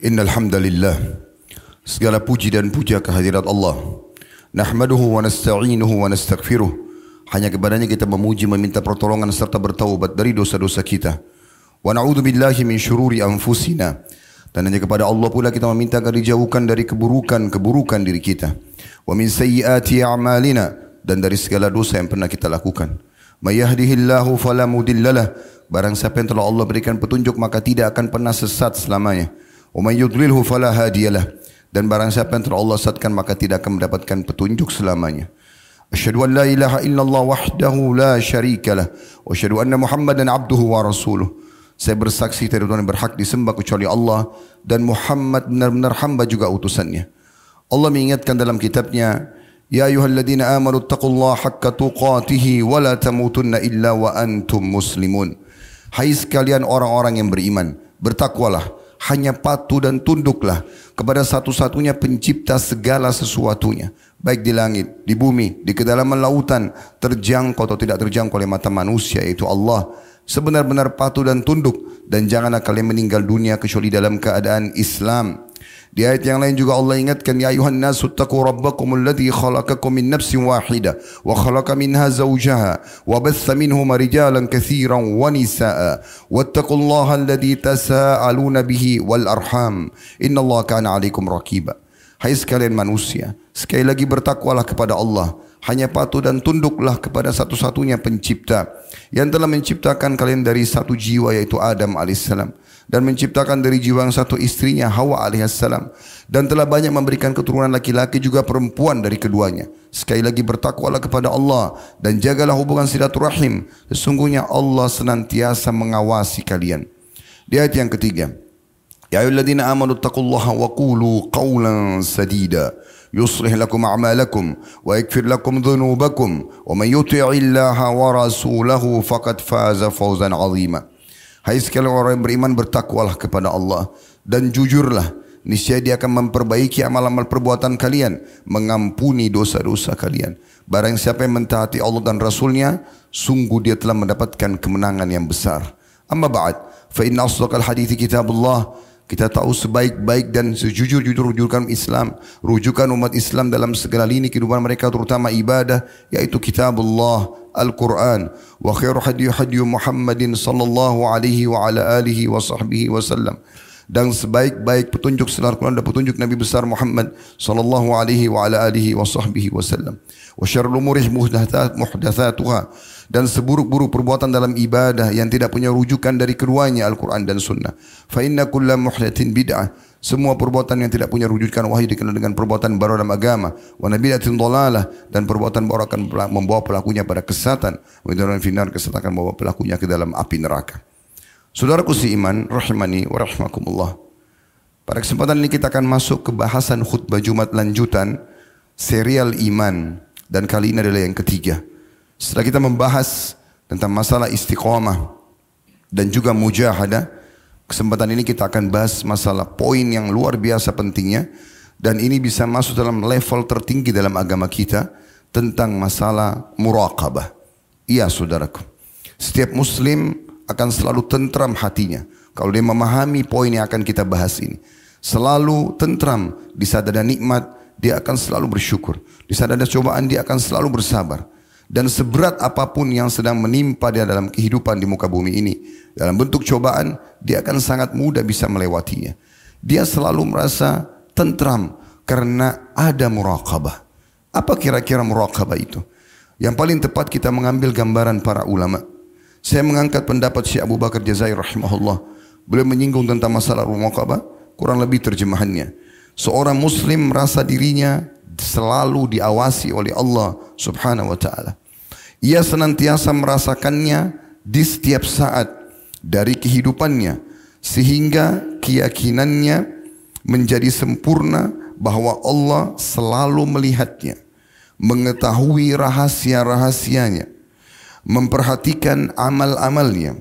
Innal hamdalillah, segala puji dan puja kehadirat Allah. Nahmaduhu wa nasta'inuhu wa nastaghfiruh. Hanya kepadanya kita memuji, meminta pertolongan serta bertaubat dari dosa-dosa kita. Wa na'udzu billahi min syururi anfusina. Dan hanya kepada Allah pula kita meminta agar dijauhkan dari keburukan diri kita. Wa min sayyiati a'malina, dan dari segala dosa yang pernah kita lakukan. May yahdihillahu fala mudhillalah. Barang siapa yang telah Allah berikan petunjuk maka tidak akan pernah sesat selamanya. Wa may yudlilhu fala hadiyalah. Dan barang siapa yang telah Allah sesatkan maka tidak akan mendapatkan petunjuk selamanya. Asyhadu an la ilaha illallah wahdahu la syarikalah wa asyhadu anna Muhammadan abduhu wa rasuluh. Saya bersaksi tiada Tuhan yang berhak disembah kecuali Allah dan Muhammad benar-benar hamba juga utusannya. Allah mengingatkan dalam kitabnya, ya ayyuhalladzina amanu taqullaha haqqa tuqatih wa la tamutunna illa wa antum muslimun. Hai sekalian orang-orang yang beriman, bertakwalah, hanya patuh dan tunduklah kepada satu-satunya pencipta segala sesuatunya, baik di langit, di bumi, di kedalaman lautan, terjangkau atau tidak terjangkau oleh mata manusia, yaitu Allah. Sebenar-benar patuh dan tunduk, dan janganlah kalian meninggal dunia kecuali dalam keadaan Islam. Di ayat yang lain juga Allah ingatkan, ya ayuhan nasu taqu rabbakum alladhi khalaqakum min nafsin wahidah wa khalaqa minha zawjaha wa batha minhuma rijalan katsiran wa nisaa wattaqullaha alladhi tasaaluna bihi wal arham innallaha kana 'alaikum raqiba. Hai sekalian manusia, sekali lagi bertakwalah kepada Allah, hanya patuh dan tunduklah kepada satu-satunya pencipta yang telah menciptakan kalian dari satu jiwa, yaitu Adam alaihissalam, dan menciptakan dari jiwa yang satu istrinya Hawa alaihissalam, dan telah banyak memberikan keturunan laki-laki juga perempuan dari keduanya. Sekali lagi bertakwalah kepada Allah dan jagalah hubungan silaturahim, sesungguhnya Allah senantiasa mengawasi kalian. Di ayat yang ketiga, ya ayyuhalladzina amanu taqullaha wa qulu qawlan sadida yuslih lakum a'malakum wa yaghfir lakum dhunubakum wa man yuti'illaha wa rasulahu faqad faza fawzan 'azima. Hai sekalian orang yang beriman, bertakwalah kepada Allah dan jujurlah, niscaya Dia akan memperbaiki amal-amal perbuatan kalian, mengampuni dosa-dosa kalian. Barang siapa yang mentaati Allah dan Rasulnya, sungguh dia telah mendapatkan kemenangan yang besar. Amma ba'd, fa inna asdaqal hadithi kitabullah. Kita tahu sebaik-baik dan sejujur-jujur rujukan Islam, rujukan umat Islam dalam segala lini kehidupan mereka, terutama ibadah, yaitu kitabullah, Al-Quran. Wa khairu hadyu Muhammadin sallallahu alaihi wa ala alihi wa sahbihi wasallam. Dan sebaik-baik petunjuk selain Al-Quran dan petunjuk Nabi besar Muhammad sallallahu alaihi wa ala alihi wa sahbihi wasallam. Wa syarrul umuri muhdatsatuha. Dan seburuk-buruk perbuatan dalam ibadah yang tidak punya rujukan dari keduanya, Al-Quran dan Sunnah. Fa inna kulla muhdatsin bid'ah. Semua perbuatan yang tidak punya rujukan wahyu dikenal dengan perbuatan baru dalam agama. Wa nabidatin dhalalah, dan perbuatan baru akan membawa pelakunya pada kesesatan. Wa dalam finar, kesesatan akan membawa pelakunya ke dalam api neraka. Saudaraku seiman, rahimani wa rahmakumullah. Pada kesempatan ini kita akan masuk ke bahasan khutbah Jumat lanjutan serial iman, dan kali ini adalah yang ketiga. Setelah kita membahas tentang masalah istiqamah dan juga mujahadah, kesempatan ini kita akan bahas masalah poin yang luar biasa pentingnya, dan ini bisa masuk dalam level tertinggi dalam agama kita, tentang masalah muraqabah. Iya saudaraku, setiap muslim akan selalu tentram hatinya kalau dia memahami poin yang akan kita bahas ini. Selalu tentram, di saat ada nikmat dia akan selalu bersyukur, di saat ada cobaan dia akan selalu bersabar. Dan seberat apapun yang sedang menimpa dia dalam kehidupan di muka bumi ini, dalam bentuk cobaan, dia akan sangat mudah bisa melewatinya. Dia selalu merasa tentram karena ada muraqabah. Apa kira-kira muraqabah itu? Yang paling tepat kita mengambil gambaran para ulama. Saya mengangkat pendapat Syekh Abu Bakar Jazair rahimahullah. Beliau menyinggung tentang masalah muraqabah, kurang lebih terjemahannya. Seorang muslim merasa dirinya selalu diawasi oleh Allah subhanahu wa ta'ala. Ia senantiasa merasakannya di setiap saat dari kehidupannya, sehingga keyakinannya menjadi sempurna bahwa Allah selalu melihatnya, mengetahui rahasia-rahasianya, memperhatikan amal-amalnya,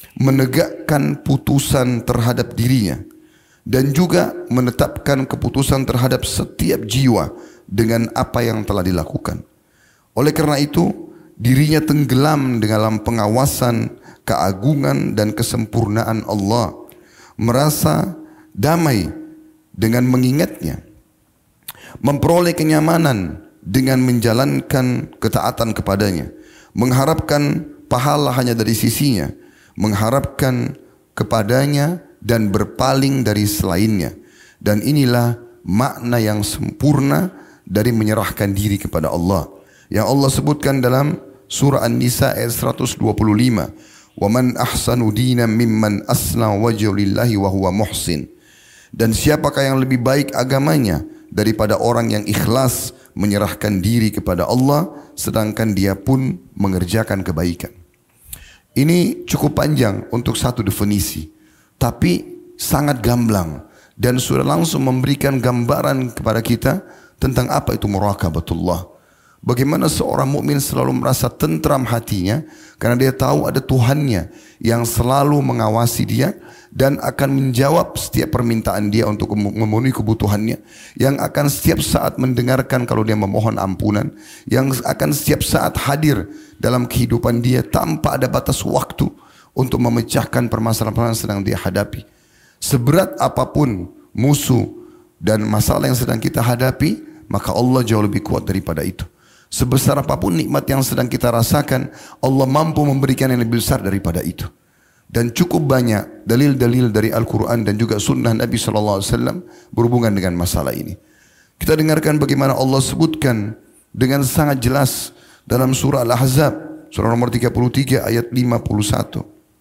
menegakkan putusan terhadap dirinya, dan juga menetapkan keputusan terhadap setiap jiwa dengan apa yang telah dilakukan. Oleh karena itu, dirinya tenggelam dalam pengawasan, keagungan dan kesempurnaan Allah, merasa damai dengan mengingatnya, memperoleh kenyamanan dengan menjalankan ketaatan kepadanya, mengharapkan pahala hanya dari sisinya, mengharapkan kepadanya dan berpaling dari selainnya. Dan inilah makna yang sempurna dari menyerahkan diri kepada Allah yang Allah sebutkan dalam surah An-Nisa ayat 125. Wa man ahsanu dinan mimman aslama wajhahu lillahi wa huwa muhsin. Dan siapakah yang lebih baik agamanya daripada orang yang ikhlas menyerahkan diri kepada Allah sedangkan dia pun mengerjakan kebaikan. Ini cukup panjang untuk satu definisi, tapi sangat gamblang dan sudah langsung memberikan gambaran kepada kita tentang apa itu muraqabatullah. Bagaimana seorang mukmin selalu merasa tentram hatinya karena dia tahu ada Tuhannya yang selalu mengawasi dia dan akan menjawab setiap permintaan dia untuk memenuhi kebutuhannya, yang akan setiap saat mendengarkan kalau dia memohon ampunan, yang akan setiap saat hadir dalam kehidupan dia tanpa ada batas waktu untuk memecahkan permasalahan yang sedang dia hadapi. Seberat apapun musuh dan masalah yang sedang kita hadapi, maka Allah jauh lebih kuat daripada itu. Sebesar apapun nikmat yang sedang kita rasakan, Allah mampu memberikan yang lebih besar daripada itu. Dan cukup banyak dalil-dalil dari Al-Quran dan juga sunnah Nabi SAW berhubungan dengan masalah ini. Kita dengarkan bagaimana Allah sebutkan dengan sangat jelas dalam surah Al-Ahzab, surah nomor 33 ayat 51.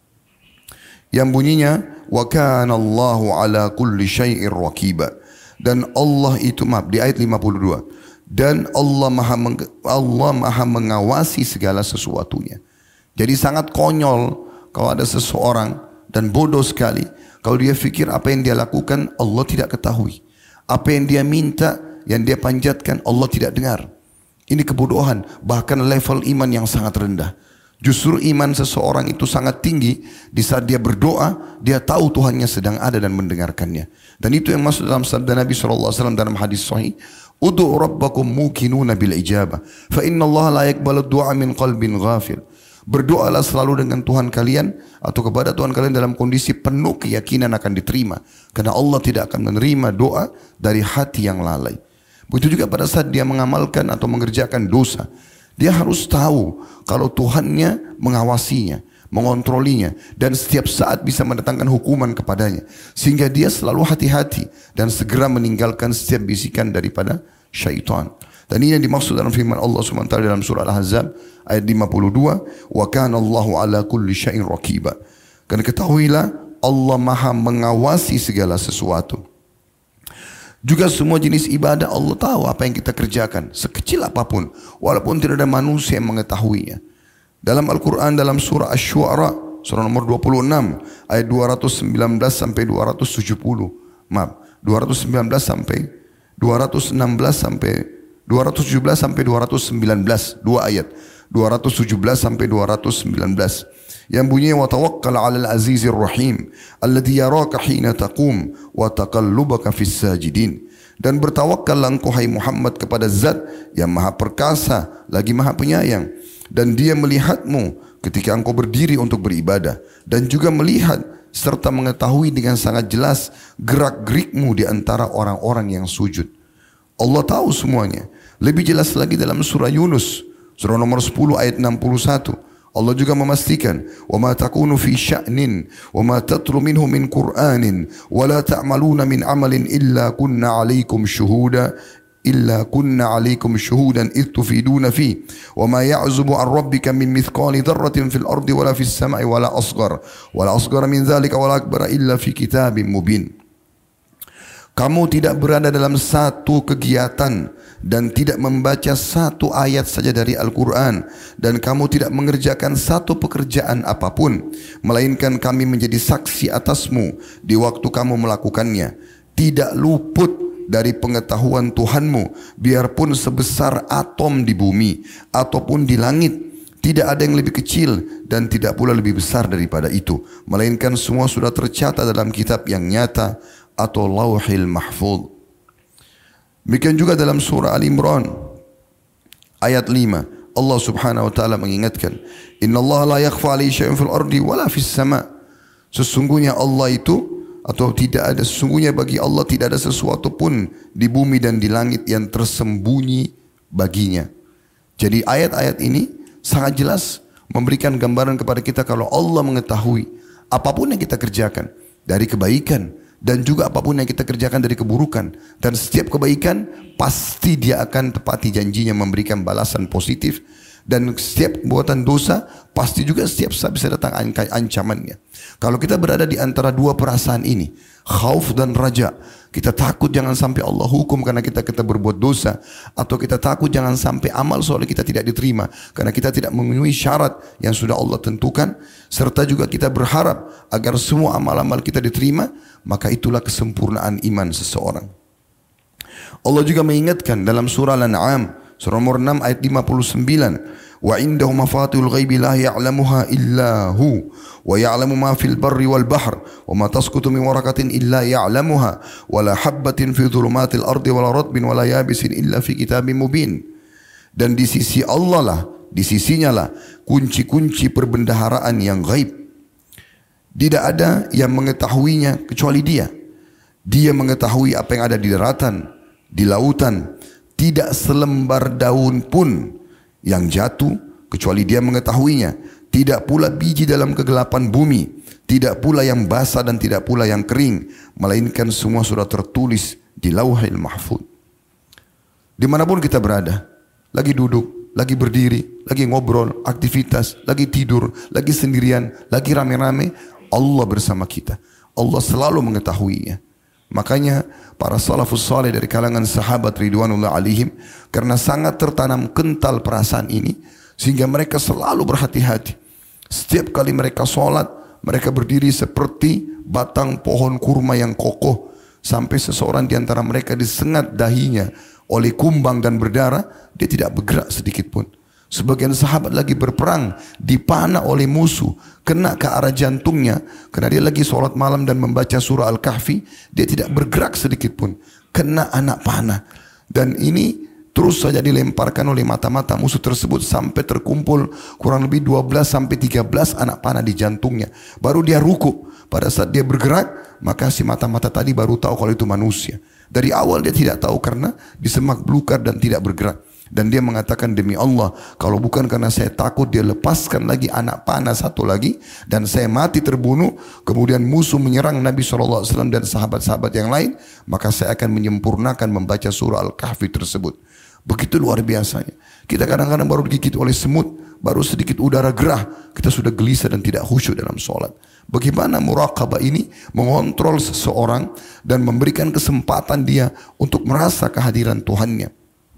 Yang bunyinya, wa kana Allahu ala kulli syai'ir raqiba. Dan Allah itu, maaf, di ayat 52. Dan Allah maha mengawasi segala sesuatunya. Jadi sangat konyol kalau ada seseorang dan bodoh sekali kalau dia fikir apa yang dia lakukan Allah tidak ketahui. Apa yang dia minta, yang dia panjatkan Allah tidak dengar. Ini kebodohan, bahkan level iman yang sangat rendah. Justru iman seseorang itu sangat tinggi di saat dia berdoa, dia tahu Tuhannya sedang ada dan mendengarkannya. Dan itu yang masuk dalam sabda Nabi SAW dalam hadis sahih, Udu'u rabbakum mukinuna bil ijabah, fa inna Allah la yakbalu du'a min qalbin ghafil. Berdoalah selalu dengan Tuhan kalian atau kepada Tuhan kalian dalam kondisi penuh keyakinan akan diterima. Karena Allah tidak akan menerima doa dari hati yang lalai. Begitu juga pada saat dia mengamalkan atau mengerjakan dosa. Dia harus tahu kalau Tuhannya mengawasinya, mengontrolinya, dan setiap saat bisa mendatangkan hukuman kepadanya. Sehingga dia selalu hati-hati dan segera meninggalkan setiap bisikan daripada syaitan. Dan ini yang dimaksud dalam firman Allah SWT dalam surah Al-Ahzab ayat 52, wa kana Allahu ala kulli syai'in raqiba. Dan ketahuilah Allah maha mengawasi segala sesuatu. Juga semua jenis ibadah Allah tahu apa yang kita kerjakan, sekecil apapun, walaupun tidak ada manusia yang mengetahuinya. Dalam Al-Quran, dalam surah Asy-Syu'ara, surah nomor 26, ayat 219 sampai 270. Maaf, 219 sampai 216 sampai 217 sampai 219, dua ayat. 217 sampai 219. Yang bunyinya wa tawakkal 'alal azizir rahim alladzi yaraka hina taqum wa taqallubaka fis sajidin. Dan bertawakkallah engkau hai Muhammad kepada Zat yang Maha Perkasa lagi Maha Penyayang, dan Dia melihatmu ketika engkau berdiri untuk beribadah, dan juga melihat serta mengetahui dengan sangat jelas gerak-gerikmu di antara orang-orang yang sujud. Allah tahu semuanya. Lebih jelas lagi dalam surah Yunus, surah nomor 10 ayat 61. Allah juga memastikan, wa ma takunu fi sya'nin wa ma tatlu minhu min Qur'anin wa la ta'maluna min amalin illa kunna 'alaikum syuhudan id tufiduna fi wa ma ya'zubu 'an rabbika min mithqali dharratin fil ardi wala fis sama'i wala asghara min dhalika wala akbara illa fi kitabim mubin. Kamu tidak berada dalam satu kegiatan dan tidak membaca satu ayat saja dari Al-Quran, dan kamu tidak mengerjakan satu pekerjaan apapun, melainkan kami menjadi saksi atasmu di waktu kamu melakukannya. Tidak luput dari pengetahuan Tuhanmu, biarpun sebesar atom di bumi ataupun di langit. Tidak ada yang lebih kecil dan tidak pula lebih besar daripada itu, melainkan semua sudah tercatat dalam kitab yang nyata atau Lauhil Mahfuz. Demikian juga dalam surah Al-Imran ayat 5, Allah Subhanahu wa taala mengingatkan, "Innallaha la yakhfa 'alaihi syai'un fil ardi wala fis sama'." Sesungguhnya Allah itu atau tidak ada, sesungguhnya bagi Allah tidak ada sesuatu pun di bumi dan di langit yang tersembunyi baginya. Jadi ayat-ayat ini sangat jelas memberikan gambaran kepada kita kalau Allah mengetahui apapun yang kita kerjakan dari kebaikan dan juga apapun yang kita kerjakan dari keburukan, dan setiap kebaikan pasti dia akan tepati janjinya memberikan balasan positif, dan setiap perbuatan dosa pasti juga setiap saat bisa datang ancamannya. Kalau kita berada di antara dua perasaan ini, khauf dan raja, kita takut jangan sampai Allah hukum karena kita berbuat dosa, atau kita takut jangan sampai amal soleh kita tidak diterima karena kita tidak memenuhi syarat yang sudah Allah tentukan, serta juga kita berharap agar semua amal-amal kita diterima, maka itulah kesempurnaan iman seseorang. Allah juga mengingatkan dalam surah Al-An'am surah nomor 6 ayat 59, wa indahu mafatihul ghaibi la ya'lamuha illa hu wa ya'lamu ma fil barri wal bahr wa ma tasqutu min waraqatin illa ya'lamuha wa la habatin fi dhulumatil ardi wa la ratbin wa la yabisin illa fi kitabim mubin. Dan di sisi Allah lah, di sisinya lah kunci-kunci perbendaharaan yang gaib. Tidak ada yang mengetahuinya kecuali Dia. Dia mengetahui apa yang ada di daratan, di lautan. Tidak selembar daun pun yang jatuh kecuali Dia mengetahuinya. Tidak pula biji dalam kegelapan bumi. Tidak pula yang basah dan tidak pula yang kering. Melainkan semua sudah tertulis di Lauhil Mahfuz. Dimanapun kita berada, lagi duduk, lagi berdiri, lagi ngobrol, aktivitas, lagi tidur, lagi sendirian, lagi rame-rame, Allah bersama kita. Allah selalu mengetahuinya. Makanya para salafus saleh dari kalangan sahabat ridwanullah alaihim, karena sangat tertanam kental perasaan ini, sehingga mereka selalu berhati-hati. Setiap kali mereka sholat, mereka berdiri seperti batang pohon kurma yang kokoh, sampai seseorang di antara mereka disengat dahinya oleh kumbang dan berdarah, dia tidak bergerak sedikit pun. Sebagian sahabat lagi berperang, dipanah oleh musuh, kena ke arah jantungnya, karena dia lagi sholat malam dan membaca surah Al-Kahfi, dia tidak bergerak sedikit pun, kena anak panah. Dan ini terus saja dilemparkan oleh mata-mata musuh tersebut sampai terkumpul kurang lebih 12 sampai 13 anak panah di jantungnya. Baru dia ruku. Pada saat dia bergerak, maka si mata-mata tadi baru tahu kalau itu manusia. Dari awal dia tidak tahu karena disemak belukar dan tidak bergerak. Dan dia mengatakan, demi Allah, kalau bukan karena saya takut dia lepaskan lagi anak panah satu lagi dan saya mati terbunuh, kemudian musuh menyerang Nabi SAW dan sahabat-sahabat yang lain, maka saya akan menyempurnakan membaca surah Al-Kahfi tersebut. Begitu luar biasanya. Kita kadang-kadang baru digigit oleh semut, baru sedikit udara gerah, kita sudah gelisah dan tidak khusyuk dalam sholat. Bagaimana muraqabah ini mengontrol seseorang dan memberikan kesempatan dia untuk merasa kehadiran Tuhannya.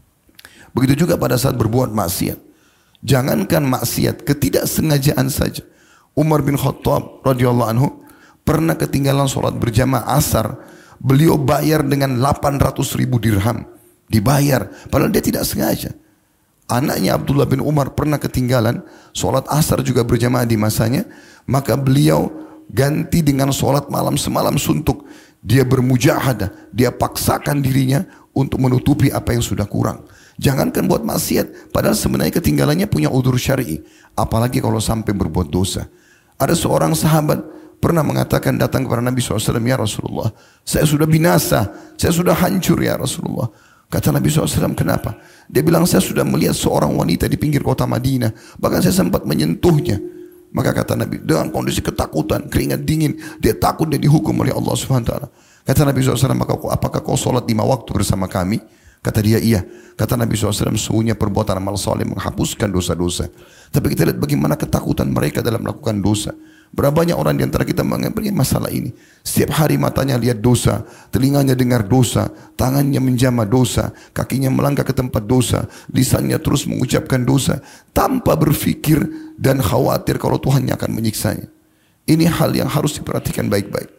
Begitu juga pada saat berbuat maksiat. Jangankan maksiat, ketidaksengajaan saja. Umar bin Khattab radhiyallahu anhu pernah ketinggalan sholat berjamaah asar. Beliau bayar dengan 800.000 dirham. Dibayar, padahal dia tidak sengaja. Anaknya Abdullah bin Umar pernah ketinggalan sholat asar juga berjamaah di masanya. Maka beliau ganti dengan sholat malam semalam suntuk. Dia bermujahadah, dia paksakan dirinya untuk menutupi apa yang sudah kurang. Jangankan buat maksiat, padahal sebenarnya ketinggalannya punya udzur syar'i. Apalagi kalau sampai berbuat dosa. Ada seorang sahabat pernah mengatakan datang kepada Nabi SAW, ya Rasulullah, saya sudah binasa, saya sudah hancur ya Rasulullah. Kata Nabi SAW, kenapa? Dia bilang, saya sudah melihat seorang wanita di pinggir kota Madinah, bahkan saya sempat menyentuhnya. Maka kata Nabi, dengan kondisi ketakutan, keringat dingin, dia takut dia dihukum oleh Allah SWT. Kata Nabi SAW, apakah kau sholat 5 waktu bersama kami? Kata dia, iya. Kata Nabi SAW, sesungguhnya perbuatan amal saleh menghapuskan dosa-dosa. Tapi kita lihat bagaimana ketakutan mereka dalam melakukan dosa. Berapa banyak orang di antara kita mengalami masalah ini. Setiap hari matanya lihat dosa, telinganya dengar dosa, tangannya menjamah dosa, kakinya melangkah ke tempat dosa, lisannya terus mengucapkan dosa, tanpa berfikir dan khawatir kalau Tuhannya akan menyiksanya. Ini hal yang harus diperhatikan baik-baik.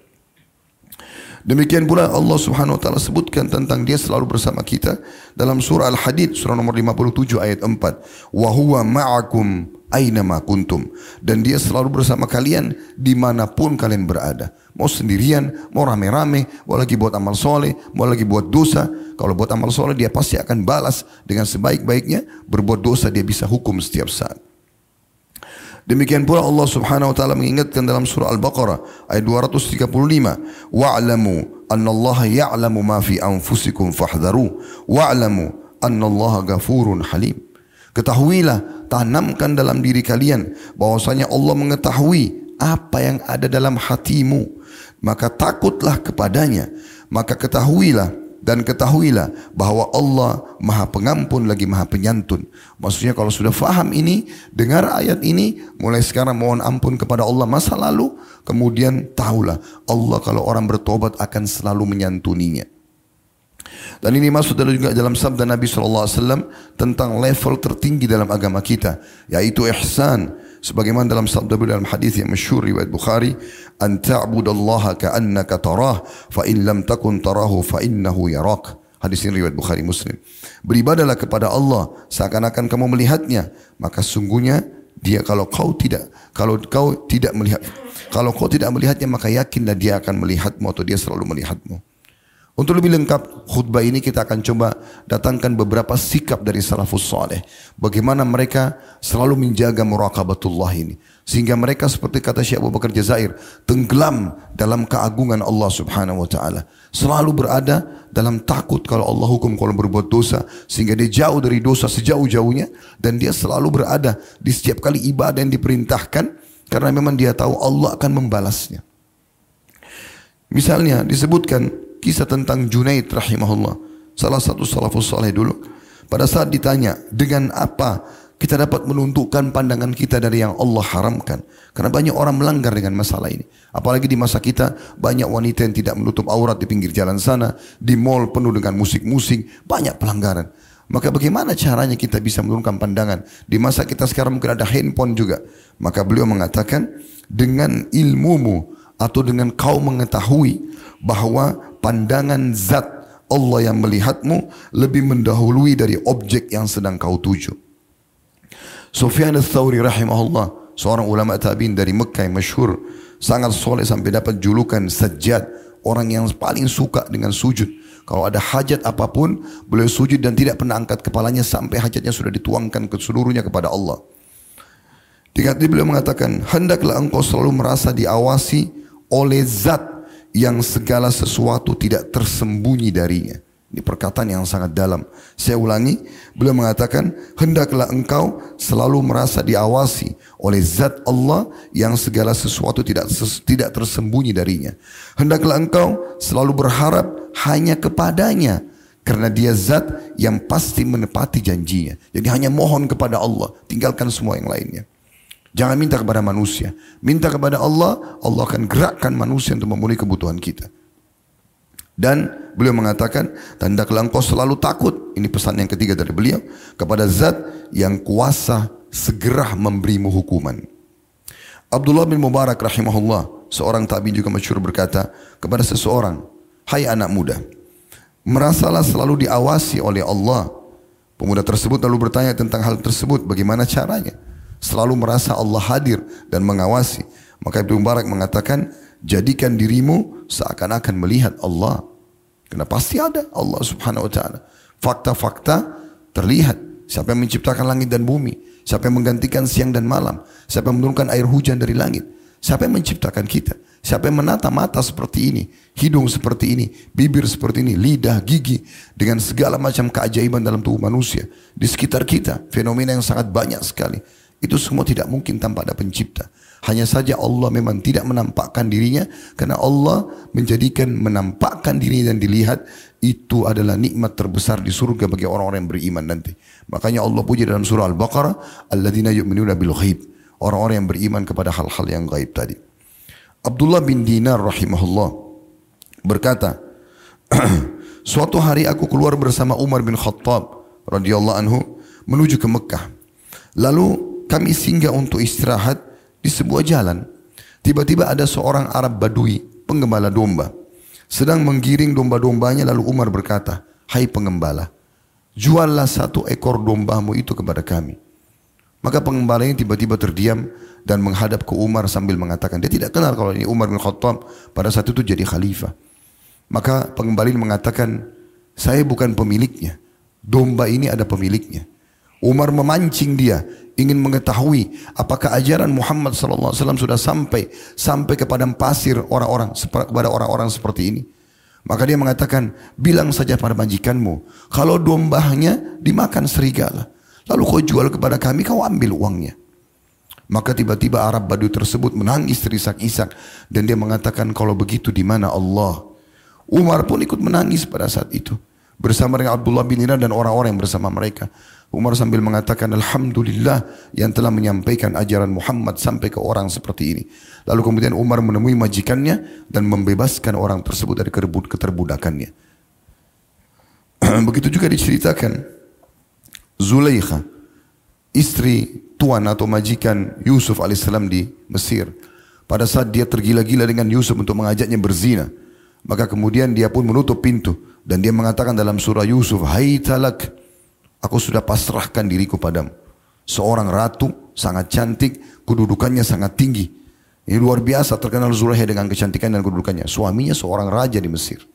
Demikian pula Allah Subhanahu wa taala sebutkan tentang dia selalu bersama kita dalam surah Al-Hadid surah nomor 57 ayat 4. Wa huwa ma'akum aina ma kuntum. Dan dia selalu bersama kalian dimanapun kalian berada. Mau sendirian, mau rame-rame, mau lagi buat amal soleh, mau lagi buat dosa. Kalau buat amal soleh dia pasti akan balas dengan sebaik-baiknya. Berbuat dosa dia bisa hukum setiap saat. Demikian pula Allah Subhanahu wa taala mengingatkan dalam surah Al-Baqarah ayat 235, wa'lamu annallaha ya'lamu ma fi anfusikum fahdharu wa'lamu annallaha ghafurun halim. Ketahuilah, tanamkan dalam diri kalian bahwasanya Allah mengetahui apa yang ada dalam hatimu, maka takutlah kepadanya. Maka ketahuilah bahwa Allah Maha Pengampun lagi Maha Penyantun. Maksudnya kalau sudah faham ini, dengar ayat ini, mulai sekarang mohon ampun kepada Allah masa lalu, kemudian tahulah Allah kalau orang bertobat akan selalu menyantuninya. Dan ini masuk juga dalam sabda Nabi SAW tentang level tertinggi dalam agama kita, yaitu ihsan. Sebagaimana dalam sabda beliau dalam hadis yang masyhur riwayat Bukhari, an ta'budallaha ka'annaka tarah fa in lam takun tarahu fa innahu yarak. Hadis ini riwayat Bukhari Muslim. Beribadalah kepada Allah seakan-akan kamu melihatnya, maka sungguhnya dia kalau kau tidak melihatnya, maka yakinlah dia akan melihatmu atau dia selalu melihatmu. Untuk lebih lengkap khutbah ini kita akan coba datangkan beberapa sikap dari salafus saleh. Bagaimana mereka selalu menjaga muraqabatullah ini. Sehingga mereka seperti kata Syekh Abu Bakar Jazair, tenggelam dalam keagungan Allah Subhanahu wa taala. Selalu berada dalam takut kalau Allah hukum kalau berbuat dosa, sehingga dia jauh dari dosa sejauh-jauhnya, dan dia selalu berada di setiap kali ibadah yang diperintahkan karena memang dia tahu Allah akan membalasnya. Misalnya disebutkan kisah tentang Junaid rahimahullah, salah satu salafus saleh dulu. Pada saat ditanya, dengan apa kita dapat menuntukkan pandangan kita dari yang Allah haramkan? Karena banyak orang melanggar dengan masalah ini. Apalagi di masa kita, banyak wanita yang tidak menutup aurat di pinggir jalan sana, di mall penuh dengan musik-musik, banyak pelanggaran. Maka bagaimana caranya kita bisa menurunkan pandangan? Di masa kita sekarang mungkin ada handphone juga. Maka beliau mengatakan, dengan ilmumu atau dengan kau mengetahui bahwa pandangan zat Allah yang melihatmu lebih mendahului dari objek yang sedang kau tuju. Sufyan ats-Tsauri rahimahullah, seorang ulama tabi'in dari Mekah yang masyhur, sangat soleh sampai dapat julukan Sajjad, orang yang paling suka dengan sujud. Kalau ada hajat apapun, beliau sujud dan tidak pernah angkat kepalanya sampai hajatnya sudah dituangkan ke seluruhnya kepada Allah. Dikatakan beliau mengatakan, hendaklah engkau selalu merasa diawasi oleh zat yang segala sesuatu tidak tersembunyi darinya. Ini perkataan yang sangat dalam. Saya ulangi, beliau mengatakan, hendaklah engkau selalu merasa diawasi oleh zat Allah yang segala sesuatu tidak tersembunyi darinya. Hendaklah engkau selalu berharap hanya kepadanya, karena dia zat yang pasti menepati janjinya. Jadi hanya mohon kepada Allah, tinggalkan semua yang lainnya. Jangan minta kepada manusia. Minta kepada Allah, Allah akan gerakkan manusia untuk memenuhi kebutuhan kita. Dan beliau mengatakan, hendaklah engkau selalu takut, ini pesan yang ketiga dari beliau, kepada zat yang kuasa segera memberimu hukuman. Abdullah bin Mubarak rahimahullah, seorang tabi'in juga masyhur, berkata kepada seseorang, hai anak muda, merasalah selalu diawasi oleh Allah. Pemuda tersebut lalu bertanya tentang hal tersebut, bagaimana caranya? Selalu merasa Allah hadir dan mengawasi. Maka Ibnu Mubarak mengatakan, jadikan dirimu seakan-akan melihat Allah. Karena pasti ada Allah Subhanahu wa taala. Fakta-fakta terlihat. Siapa yang menciptakan langit dan bumi? Siapa yang menggantikan siang dan malam? Siapa yang menurunkan air hujan dari langit? Siapa yang menciptakan kita? Siapa yang menata mata seperti ini, hidung seperti ini, bibir seperti ini, lidah, gigi, dengan segala macam keajaiban dalam tubuh manusia di sekitar kita, fenomena yang sangat banyak sekali. Itu semua tidak mungkin tanpa ada pencipta. Hanya saja Allah memang tidak menampakkan dirinya, karena Allah menjadikan menampakkan dirinya dan dilihat itu adalah nikmat terbesar di surga bagi orang-orang yang beriman nanti. Makanya Allah puji dalam surah Al-Baqarah, alladzina yu'minuna bil ghaib, orang-orang yang beriman kepada hal-hal yang gaib tadi. Abdullah bin Dinar rahimahullah berkata, suatu hari aku keluar bersama Umar bin Khattab radhiyallahu anhu menuju ke Mekah. Lalu kami singgah untuk istirahat di sebuah jalan. Tiba-tiba ada seorang Arab Badui, penggembala domba, sedang menggiring domba-dombanya. Lalu Umar berkata, hai penggembala, juallah satu ekor dombamu itu kepada kami. Maka penggembala ini tiba-tiba terdiam dan menghadap ke Umar sambil mengatakan, dia tidak kenal kalau ini Umar bin Khattab pada saat itu jadi khalifah. Maka penggembala ini mengatakan, saya bukan pemiliknya, domba ini ada pemiliknya. Umar memancing dia, ingin mengetahui apakah ajaran Muhammad sallallahu alaihi wasallam sudah sampai kepada pasir kepada orang-orang seperti ini. Maka dia mengatakan, bilang saja pada majikanmu, kalau dombanya dimakan serigala, lalu kau jual kepada kami, kau ambil uangnya. Maka tiba-tiba Arab Badui tersebut menangis terisak-isak dan dia mengatakan, kalau begitu di mana Allah? Umar pun ikut menangis pada saat itu bersama dengan Abdullah bin Ira dan orang-orang yang bersama mereka. Umar sambil mengatakan, Alhamdulillah yang telah menyampaikan ajaran Muhammad sampai ke orang seperti ini. Lalu kemudian Umar menemui majikannya dan membebaskan orang tersebut dari keterbudakannya. Begitu juga diceritakan Zulaikha, istri tuan atau majikan Yusuf alaihissalam di Mesir. Pada saat dia tergila-gila dengan Yusuf untuk mengajaknya berzina, maka kemudian dia pun menutup pintu dan dia mengatakan dalam surah Yusuf, Hai talak, aku sudah pasrahkan diriku padamu. Seorang ratu sangat cantik, kedudukannya sangat tinggi. Ini luar biasa terkenal Zulaikha dengan kecantikan dan kedudukannya. Suaminya seorang raja di Mesir.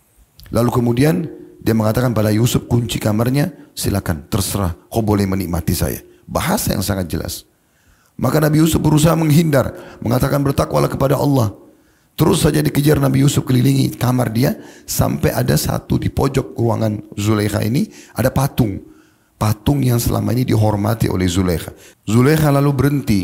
Lalu kemudian dia mengatakan pada Yusuf, kunci kamarnya, silakan terserah, kau boleh menikmati saya. Bahasa yang sangat jelas. Maka Nabi Yusuf berusaha menghindar, mengatakan bertakwalah kepada Allah. Terus saja dikejar Nabi Yusuf kelilingi kamar dia sampai ada satu di pojok ruangan Zulaikha ini ada patung. Patung yang selama ini dihormati oleh Zulaikha. Zulaikha lalu berhenti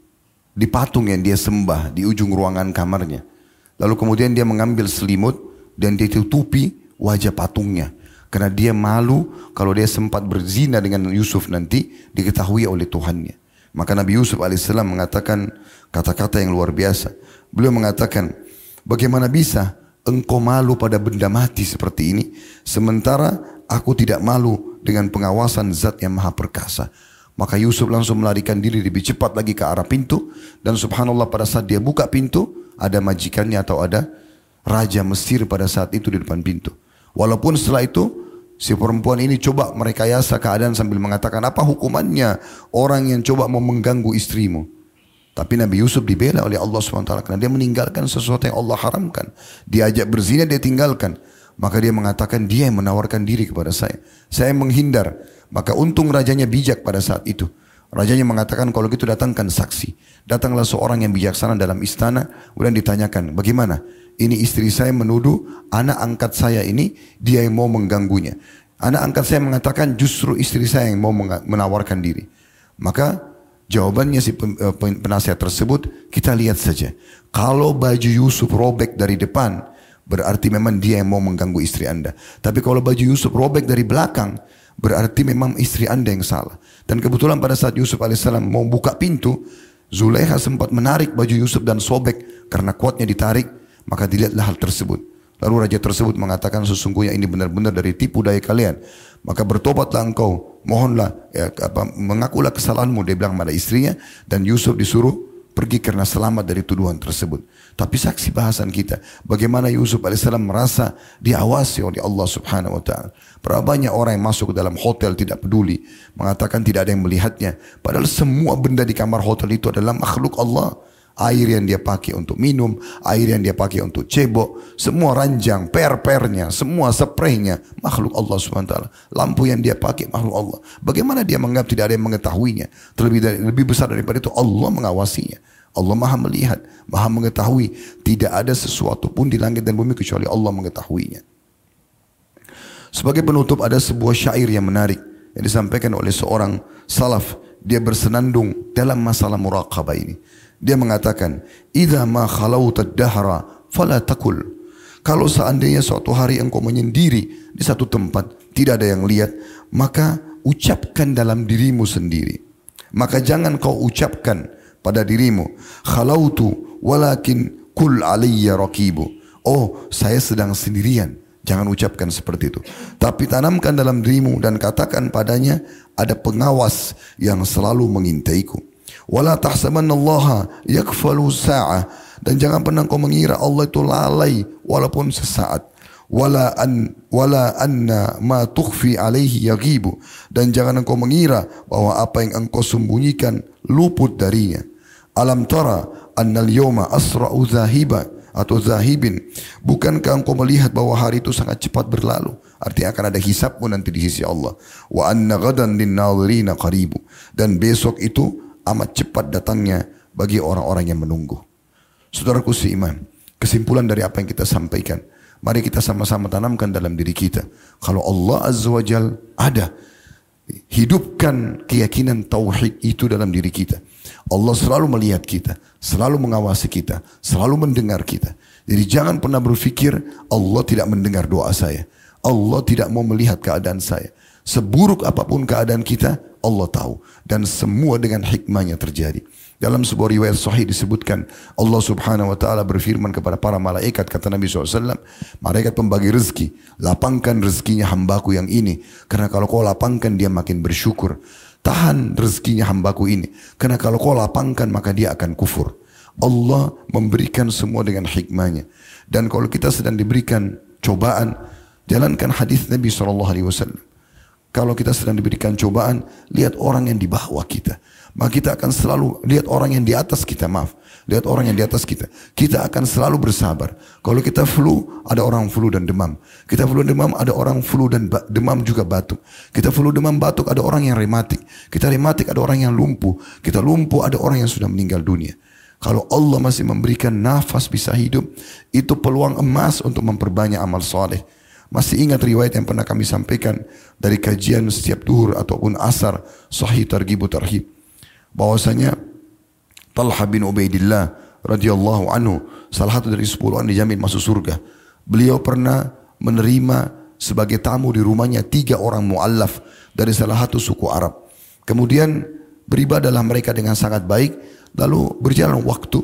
di patung yang dia sembah di ujung ruangan kamarnya. Lalu kemudian dia mengambil selimut dan dia tutupi wajah patungnya. Karena dia malu kalau dia sempat berzina dengan Yusuf nanti diketahui oleh Tuhannya. Maka Nabi Yusuf alaihissalam mengatakan kata-kata yang luar biasa. Beliau mengatakan, bagaimana bisa engkau malu pada benda mati seperti ini, sementara aku tidak malu dengan pengawasan zat yang maha perkasa. Maka Yusuf langsung melarikan diri lebih cepat lagi ke arah pintu. Dan subhanallah pada saat dia buka pintu, ada majikannya atau ada raja Mesir pada saat itu di depan pintu. Walaupun setelah itu si perempuan ini coba merekayasa keadaan sambil mengatakan, apa hukumannya orang yang coba mau mengganggu istrimu? Tapi Nabi Yusuf dibela oleh Allah SWT karena dia meninggalkan sesuatu yang Allah haramkan. Diajak berzina, dia tinggalkan. Maka dia mengatakan, dia yang menawarkan diri kepada saya. Saya menghindar. Maka untung rajanya bijak pada saat itu. Rajanya mengatakan, kalau gitu datangkan saksi. Datanglah seorang yang bijaksana dalam istana. Kemudian ditanyakan, bagaimana? Ini istri saya menuduh anak angkat saya ini, dia yang mau mengganggunya. Anak angkat saya mengatakan justru istri saya yang mau menawarkan diri. Maka jawabannya si penasihat tersebut, kita lihat saja. Kalau baju Yusuf robek dari depan, berarti memang dia yang mau mengganggu istri Anda. Tapi kalau baju Yusuf robek dari belakang, berarti memang istri Anda yang salah. Dan kebetulan pada saat Yusuf alaihissalam mau buka pintu, Zulaikha sempat menarik baju Yusuf dan sobek. Karena kuatnya ditarik, maka dilihatlah hal tersebut. Lalu raja tersebut mengatakan, sesungguhnya ini benar-benar dari tipu daya kalian. Maka bertobatlah engkau, mohonlah, mengakulah kesalahanmu, dia bilang pada istrinya. Dan Yusuf disuruh pergi karena selamat dari tuduhan tersebut. Tapi saksi bahasan kita, bagaimana Yusuf alaihissalam merasa diawasi oleh Allah subhanahu wa ta'ala. Berapa banyak orang yang masuk ke dalam hotel tidak peduli, mengatakan tidak ada yang melihatnya. Padahal semua benda di kamar hotel itu adalah makhluk Allah. Air yang dia pakai untuk minum, air yang dia pakai untuk cebok, semua ranjang, per-pernya, semua spraynya, makhluk Allah SWT. Lampu yang dia pakai, makhluk Allah. Bagaimana dia menganggap tidak ada yang mengetahuinya? Lebih besar daripada itu, Allah mengawasinya. Allah maha melihat, maha mengetahui. Tidak ada sesuatu pun di langit dan bumi kecuali Allah mengetahuinya. Sebagai penutup ada sebuah syair yang menarik yang disampaikan oleh seorang salaf. Dia bersenandung dalam masalah muraqabah ini. Dia mengatakan, "Idza ma khalauta ad-dahra fala taqul." Kalau seandainya suatu hari engkau menyendiri di satu tempat, tidak ada yang lihat, maka ucapkan dalam dirimu sendiri. Maka jangan kau ucapkan pada dirimu, "Khalautu walakin kul alayya raqibu." Oh, saya sedang sendirian. Jangan ucapkan seperti itu. Tapi tanamkan dalam dirimu dan katakan padanya, ada pengawas yang selalu mengintaiku. Wala tahsabannallaha yakfalu sa'ah, dan jangan pernah kau mengira Allah itu lalai walaupun sesaat. Wala anna ma tukhfi alaihi yaghibu, dan jangan engkau mengira bahwa apa yang engkau sembunyikan luput darinya. Alam tara anna al-yawma asra'u zahiba atau zahibin. Bukankah engkau melihat bahwa hari itu sangat cepat berlalu? Artinya akan ada hisabmu nanti di sisi Allah. Wa anna ghadan linnadhirina qaribu. Dan besok itu amat cepat datangnya bagi orang-orang yang menunggu. Saudaraku seiman, kesimpulan dari apa yang kita sampaikan, mari kita sama-sama tanamkan dalam diri kita. Kalau Allah Azza wa Jal ada, hidupkan keyakinan tauhid itu dalam diri kita. Allah selalu melihat kita, selalu mengawasi kita, selalu mendengar kita. Jadi jangan pernah berpikir Allah tidak mendengar doa saya, Allah tidak mau melihat keadaan saya. Seburuk apapun keadaan kita, Allah tahu. Dan semua dengan hikmahnya terjadi. Dalam sebuah riwayat sahih disebutkan, Allah subhanahu wa ta'ala berfirman kepada para malaikat, kata Nabi SAW, malaikat pembagi rezeki, lapangkan rezekinya hambaku yang ini. Karena kalau kau lapangkan dia makin bersyukur. Tahan rezekinya hambaku ini. Karena kalau kau lapangkan maka dia akan kufur. Allah memberikan semua dengan hikmahnya. Dan kalau kita sedang diberikan cobaan, jalankan hadis Nabi SAW. Kalau kita sedang diberikan cobaan, lihat orang yang di bawah kita. Maka kita akan selalu lihat orang yang di atas kita, lihat orang yang di atas kita. Kita akan selalu bersabar. Kalau kita flu, ada orang flu dan demam. Kita flu dan demam, ada orang flu dan demam juga batuk. Kita flu demam batuk, ada orang yang rematik. Kita rematik, ada orang yang lumpuh. Kita lumpuh, ada orang yang sudah meninggal dunia. Kalau Allah masih memberikan nafas bisa hidup, itu peluang emas untuk memperbanyak amal soleh. Masih ingat riwayat yang pernah kami sampaikan dari kajian setiap duhur ataupun asar Sahih Targhib Tarhib, bahwasanya Talha bin Ubaidillah radhiyallahu anhu, salah satu dari 10 orang dijamin masuk surga. Beliau pernah menerima sebagai tamu di rumahnya 3 orang mu'allaf dari salah satu suku Arab. Kemudian beribadahlah mereka dengan sangat baik. Lalu berjalan waktu,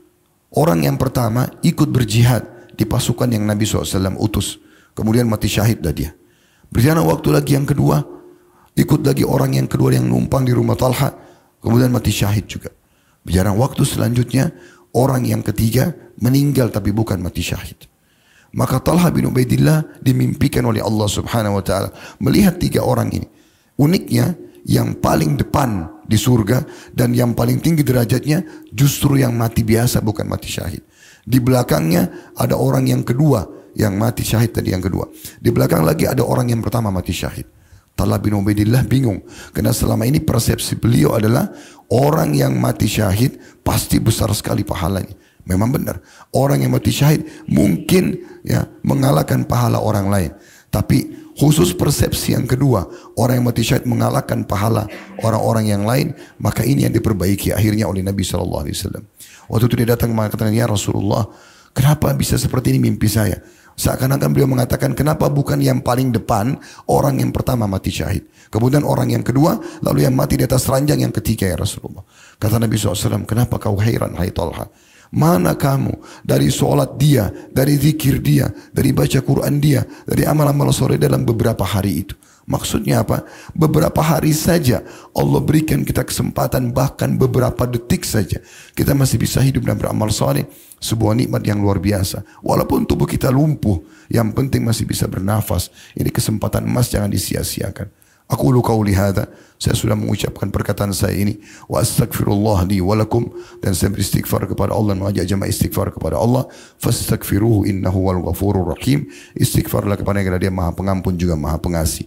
orang yang pertama ikut berjihad di pasukan yang Nabi SAW utus. Kemudian mati syahid dah dia. Berjalan waktu lagi yang kedua, ikut lagi orang yang kedua yang numpang di rumah Talha. Kemudian mati syahid juga. Berjalan waktu selanjutnya, orang yang ketiga meninggal tapi bukan mati syahid. Maka Talha bin Ubaidillah dimimpikan oleh Allah subhanahu wa ta'ala melihat 3 orang ini. Uniknya, yang paling depan di surga dan yang paling tinggi derajatnya justru yang mati biasa, bukan mati syahid. Di belakangnya ada orang yang kedua yang mati syahid tadi yang kedua. Di belakang lagi ada orang yang pertama mati syahid. Talha bin Ubaidillah bingung. Karena selama ini persepsi beliau adalah orang yang mati syahid pasti besar sekali pahalanya. Memang benar. Orang yang mati syahid mungkin ya mengalahkan pahala orang lain. Tapi khusus persepsi yang kedua, orang yang mati syahid mengalahkan pahala orang-orang yang lain, maka ini yang diperbaiki akhirnya oleh Nabi SAW. Waktu itu dia datang mengatakan, ya Rasulullah, kenapa bisa seperti ini mimpi saya? Seakan-akan beliau mengatakan, kenapa bukan yang paling depan orang yang pertama mati syahid, kemudian orang yang kedua, lalu yang mati di atas ranjang yang ketiga ya Rasulullah. Kata Nabi SAW, kenapa kau heran hai Talha? Mana kamu dari solat dia, dari zikir dia, dari baca Quran dia, dari amal-amal sore dalam beberapa hari itu? Maksudnya apa? Beberapa hari saja Allah berikan kita kesempatan, bahkan beberapa detik saja kita masih bisa hidup dan beramal saleh. Sebuah nikmat yang luar biasa. Walaupun tubuh kita lumpuh, yang penting masih bisa bernafas. Ini kesempatan emas, jangan disia-siakan. Aku qauli hadza, saya sudah mengucapkan perkataan saya ini, wa astaghfirullah li wa lakum, dan saya beristighfar kepada Allah, mengajak jemaah istighfar kepada Allah. Fastaghfiruhu innahu wal ghafurur rahim. Istighfarlah kepada Dia, Dia Maha Pengampun juga Maha Pengasih.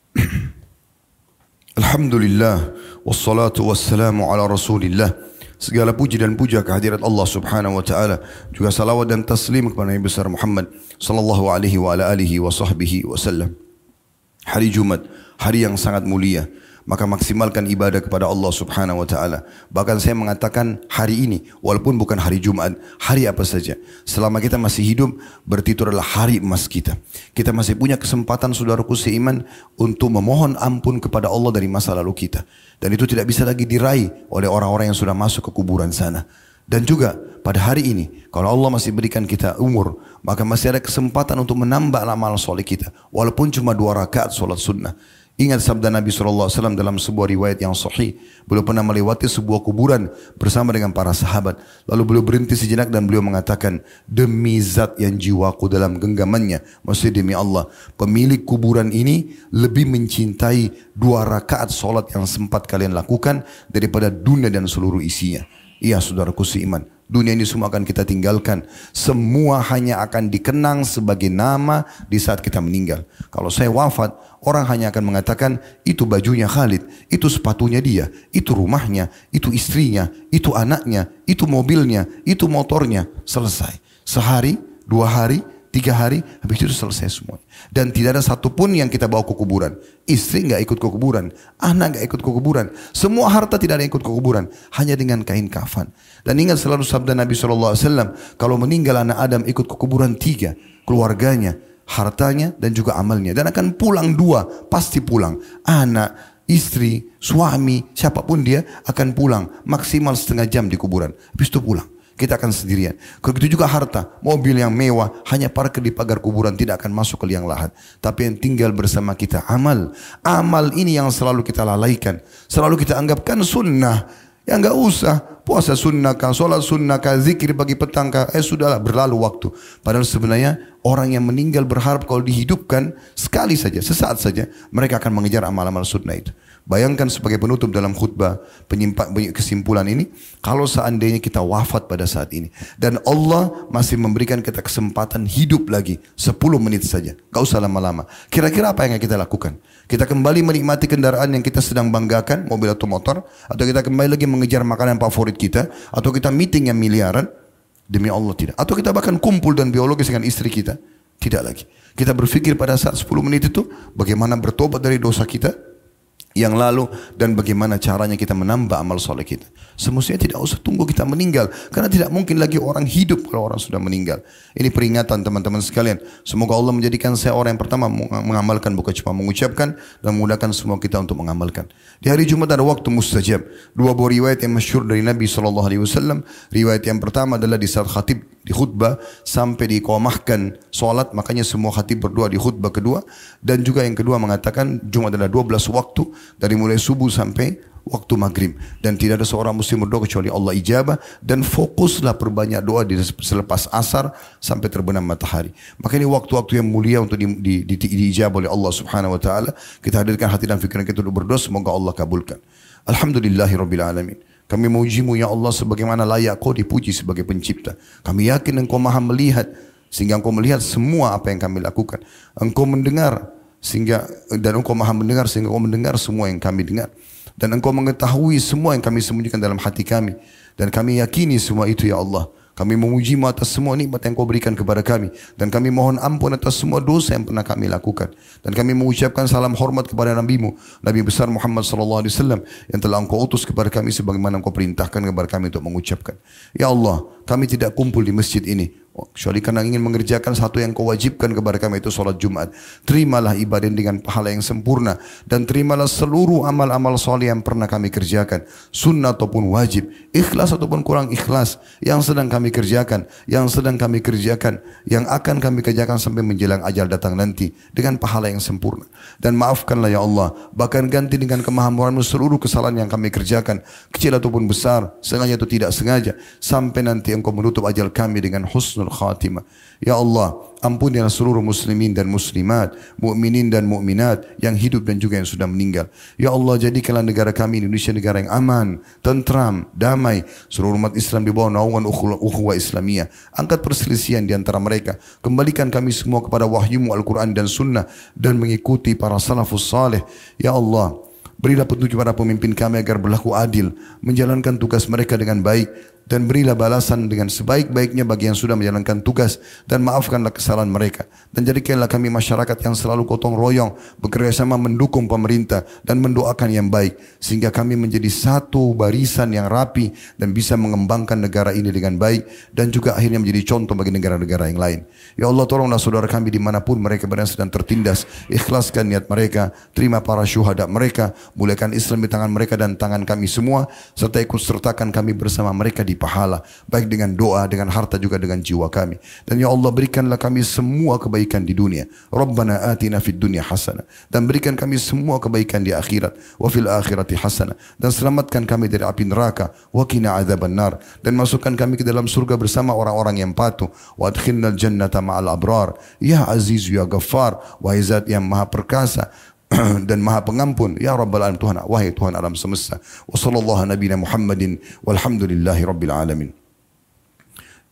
Alhamdulillah wassalatu wassalamu ala Rasulillah. Segala puji dan puja kehadirat Allah subhanahu wa ta'ala, juga salawat dan taslim kepada Nabi besar Muhammad sallallahu alaihi wa ala alihi wa sahbihi wasallam. Hari Jumat, hari yang sangat mulia, maka maksimalkan ibadah kepada Allah subhanahu wa ta'ala. Bahkan saya mengatakan hari ini, walaupun bukan hari Jumat, hari apa saja, selama kita masih hidup, berarti itu adalah hari emas kita. Kita masih punya kesempatan, saudaraku seiman, untuk memohon ampun kepada Allah dari masa lalu kita. Dan itu tidak bisa lagi diraih oleh orang-orang yang sudah masuk ke kuburan sana. Dan juga pada hari ini, kalau Allah masih berikan kita umur, maka masih ada kesempatan untuk menambah amal soleh kita, walaupun cuma 2 rakaat solat sunnah. Ingat sabda Nabi SAW dalam sebuah riwayat yang sahih. Beliau pernah melewati sebuah kuburan bersama dengan para sahabat. Lalu beliau berhenti sejenak dan beliau mengatakan, demi zat yang jiwaku dalam genggamannya, maksudnya demi Allah, pemilik kuburan ini lebih mencintai 2 rakaat solat yang sempat kalian lakukan daripada dunia dan seluruh isinya. Iya saudaraku seiman, Dunia ini semua akan kita tinggalkan. Semua hanya akan dikenang sebagai nama di saat kita meninggal. Kalau saya wafat, orang hanya akan mengatakan, itu bajunya Khalid, itu sepatunya dia, itu rumahnya, itu istrinya, itu anaknya, itu mobilnya, itu motornya. Selesai. Sehari, 2 hari, 3 hari, habis itu selesai semua. Dan tidak ada satupun yang kita bawa ke kuburan. Istri nggak ikut ke kuburan, anak nggak ikut ke kuburan, semua harta tidak ada yang ikut ke kuburan, hanya dengan kain kafan. Dan ingat selalu sabda Nabi SAW, kalau meninggal anak Adam ikut ke kuburan 3, keluarganya, hartanya dan juga amalnya. Dan akan pulang 2, pasti pulang. Anak, istri, suami, siapapun dia akan pulang maksimal setengah jam di kuburan. Habis itu pulang. Kita akan sendirian. Begitu juga harta, mobil yang mewah hanya parkir di pagar kuburan, tidak akan masuk ke liang lahat. Tapi yang tinggal bersama kita amal. Amal ini yang selalu kita lalaikan, selalu kita anggapkan sunnah. Ya enggak usah, puasa sunnah kah, sholat sunnah kah, zikir pagi petang kah, sudahlah berlalu waktu. Padahal sebenarnya orang yang meninggal berharap kalau dihidupkan sekali saja, sesaat saja, mereka akan mengejar amal-amal sunnah itu. Bayangkan sebagai penutup dalam khutbah kesimpulan ini, kalau seandainya kita wafat pada saat ini dan Allah masih memberikan kita kesempatan hidup lagi 10 menit saja, gak usah lama-lama. Kira-kira apa yang kita lakukan? Kita kembali menikmati kendaraan yang kita sedang banggakan, mobil atau motor, atau kita kembali lagi mengejar makanan favorit kita, atau kita meeting yang miliaran? Demi Allah tidak. Atau kita bahkan kumpul dan biologis dengan istri kita? Tidak lagi. Kita berpikir pada saat 10 menit itu bagaimana bertobat dari dosa kita yang lalu dan bagaimana caranya kita menambah amal soleh kita. Semestinya tidak usah tunggu kita meninggal, karena tidak mungkin lagi orang hidup kalau orang sudah meninggal. Ini peringatan teman-teman sekalian. Semoga Allah menjadikan saya orang yang pertama mengamalkan, bukan cuma mengucapkan, dan memudahkan semua kita untuk mengamalkan. Di hari Jumat ada waktu mustajab. 2 buah riwayat yang masyhur dari Nabi SAW. Riwayat yang pertama adalah di saat khatib di khutbah sampai diiqamahkan solat, makanya semua khatib berdoa di khutbah kedua. Dan juga yang kedua mengatakan Jumat adalah 12 waktu, dari mulai subuh sampai waktu maghrib, dan tidak ada seorang muslim berdoa kecuali Allah ijabah. Dan fokuslah perbanyak doa selepas asar sampai terbenam matahari. Maka ini waktu-waktu yang mulia untuk diijabah oleh Allah Subhanahu Wa Taala. Kita hadirkan hati dan fikiran kita untuk berdoa, semoga Allah kabulkan. Alhamdulillahirabbil alamin. Kami memujimu ya Allah sebagaimana layak kau dipuji sebagai pencipta. Kami yakin engkau maha melihat, sehingga engkau melihat semua apa yang kami lakukan. Engkau mendengar, dan engkau maha mendengar sehingga engkau mendengar semua yang kami dengar. Dan engkau mengetahui semua yang kami sembunyikan dalam hati kami. Dan kami yakini semua itu ya Allah. Kami memujimu atas semua nikmat yang kau berikan kepada kami. Dan kami mohon ampun atas semua dosa yang pernah kami lakukan. Dan kami mengucapkan salam hormat kepada Nabi-Mu, Nabi besar Muhammad SAW, yang telah engkau utus kepada kami sebagaimana engkau perintahkan kepada kami untuk mengucapkan. Ya Allah, kami tidak kumpul di masjid ini kecuali karena ingin mengerjakan satu yang kau wajibkan kepada kami, itu salat Jumat. Terimalah ibadah dengan pahala yang sempurna, dan terimalah seluruh amal-amal soleh yang pernah kami kerjakan, sunnah ataupun wajib, ikhlas ataupun kurang ikhlas, yang sedang kami kerjakan, yang akan kami kerjakan sampai menjelang ajal datang nanti, dengan pahala yang sempurna. Dan maafkanlah ya Allah, bahkan ganti dengan kemahamurahan-Mu seluruh kesalahan yang kami kerjakan, kecil ataupun besar, sengaja atau tidak sengaja, sampai nanti engkau menutup ajal kami dengan husnul khatimah. Ya Allah, ampunilah seluruh muslimin dan muslimat, mukminin dan mukminat yang hidup dan juga yang sudah meninggal. Ya Allah, jadikanlah negara kami Indonesia negara yang aman, tentram, damai. Seluruh umat Islam di bawah naungan ukhuwah Islamiyah. Angkat perselisihan di antara mereka. Kembalikan kami semua kepada wahyu-Mu Al-Quran dan Sunnah, dan mengikuti para salafus saleh. Ya Allah, berilah petunjuk para pemimpin kami agar berlaku adil, menjalankan tugas mereka dengan baik, dan berilah balasan dengan sebaik-baiknya bagi yang sudah menjalankan tugas, dan maafkanlah kesalahan mereka, dan jadikanlah kami masyarakat yang selalu gotong royong, bekerjasama mendukung pemerintah dan mendoakan yang baik, sehingga kami menjadi satu barisan yang rapi dan bisa mengembangkan negara ini dengan baik, dan juga akhirnya menjadi contoh bagi negara-negara yang lain. Ya Allah, tolonglah saudara kami dimanapun mereka berada sedang tertindas, ikhlaskan niat mereka, terima para syuhada mereka, muliakan Islam di tangan mereka dan tangan kami semua, serta ikut sertakan kami bersama mereka di pahala, baik dengan doa, dengan harta, juga dengan jiwa kami. Dan ya Allah, berikanlah kami semua kebaikan di dunia. Rabbana atina fid dunya hasanah, dan berikan kami semua kebaikan di akhirat. Wa fil akhirati hasanah, dan selamatkan kami dari api neraka. Wa qina adzaban nar, dan masukkan kami ke dalam surga bersama orang-orang yang patuh. Wa adkhilnal jannata ma'al abrar. Ya Aziz ya Ghaffar, wahai Zat yang Maha Perkasa dan Maha Pengampun, ya Rabbal Alamin, Tuhan, wahai Tuhan alam semesta. Wa sallallahu nabiyana Muhammadin walhamdulillahi rabbil alamin.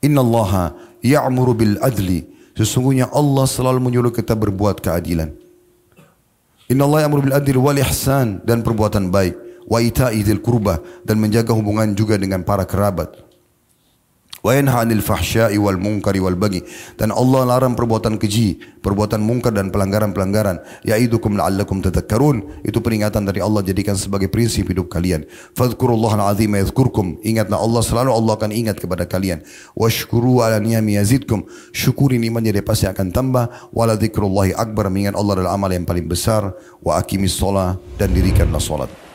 Innallaha ya'muru bil adli. Sesungguhnya Allah selalu menyuruh kita berbuat keadilan. Innallaha ya'muru bil adli wal ihsan, dan perbuatan baik. Wa ita'i dzil qurba, dan menjaga hubungan juga dengan para kerabat. Wa yanha 'anil fahsya'i wal munkari wal baghi, dan Allah larang perbuatan keji, perbuatan mungkar dan pelanggaran-pelanggaran. Ya'idukum la'allakum tadhakkarun, itu peringatan dari Allah, jadikan sebagai prinsip hidup kalian. Fadhkurullahal 'azima yadhkurkum, ingatlah Allah selalu, Allah akan ingat kepada kalian. Washkuru 'ala ni'ami yazidkum, syukuri nikmatnya dia pasti akan tambah. Wala dzikrullahi akbar, mengingat Allah adalah amal yang paling besar. Wa aqimis shalah, dan dirikanlah salat.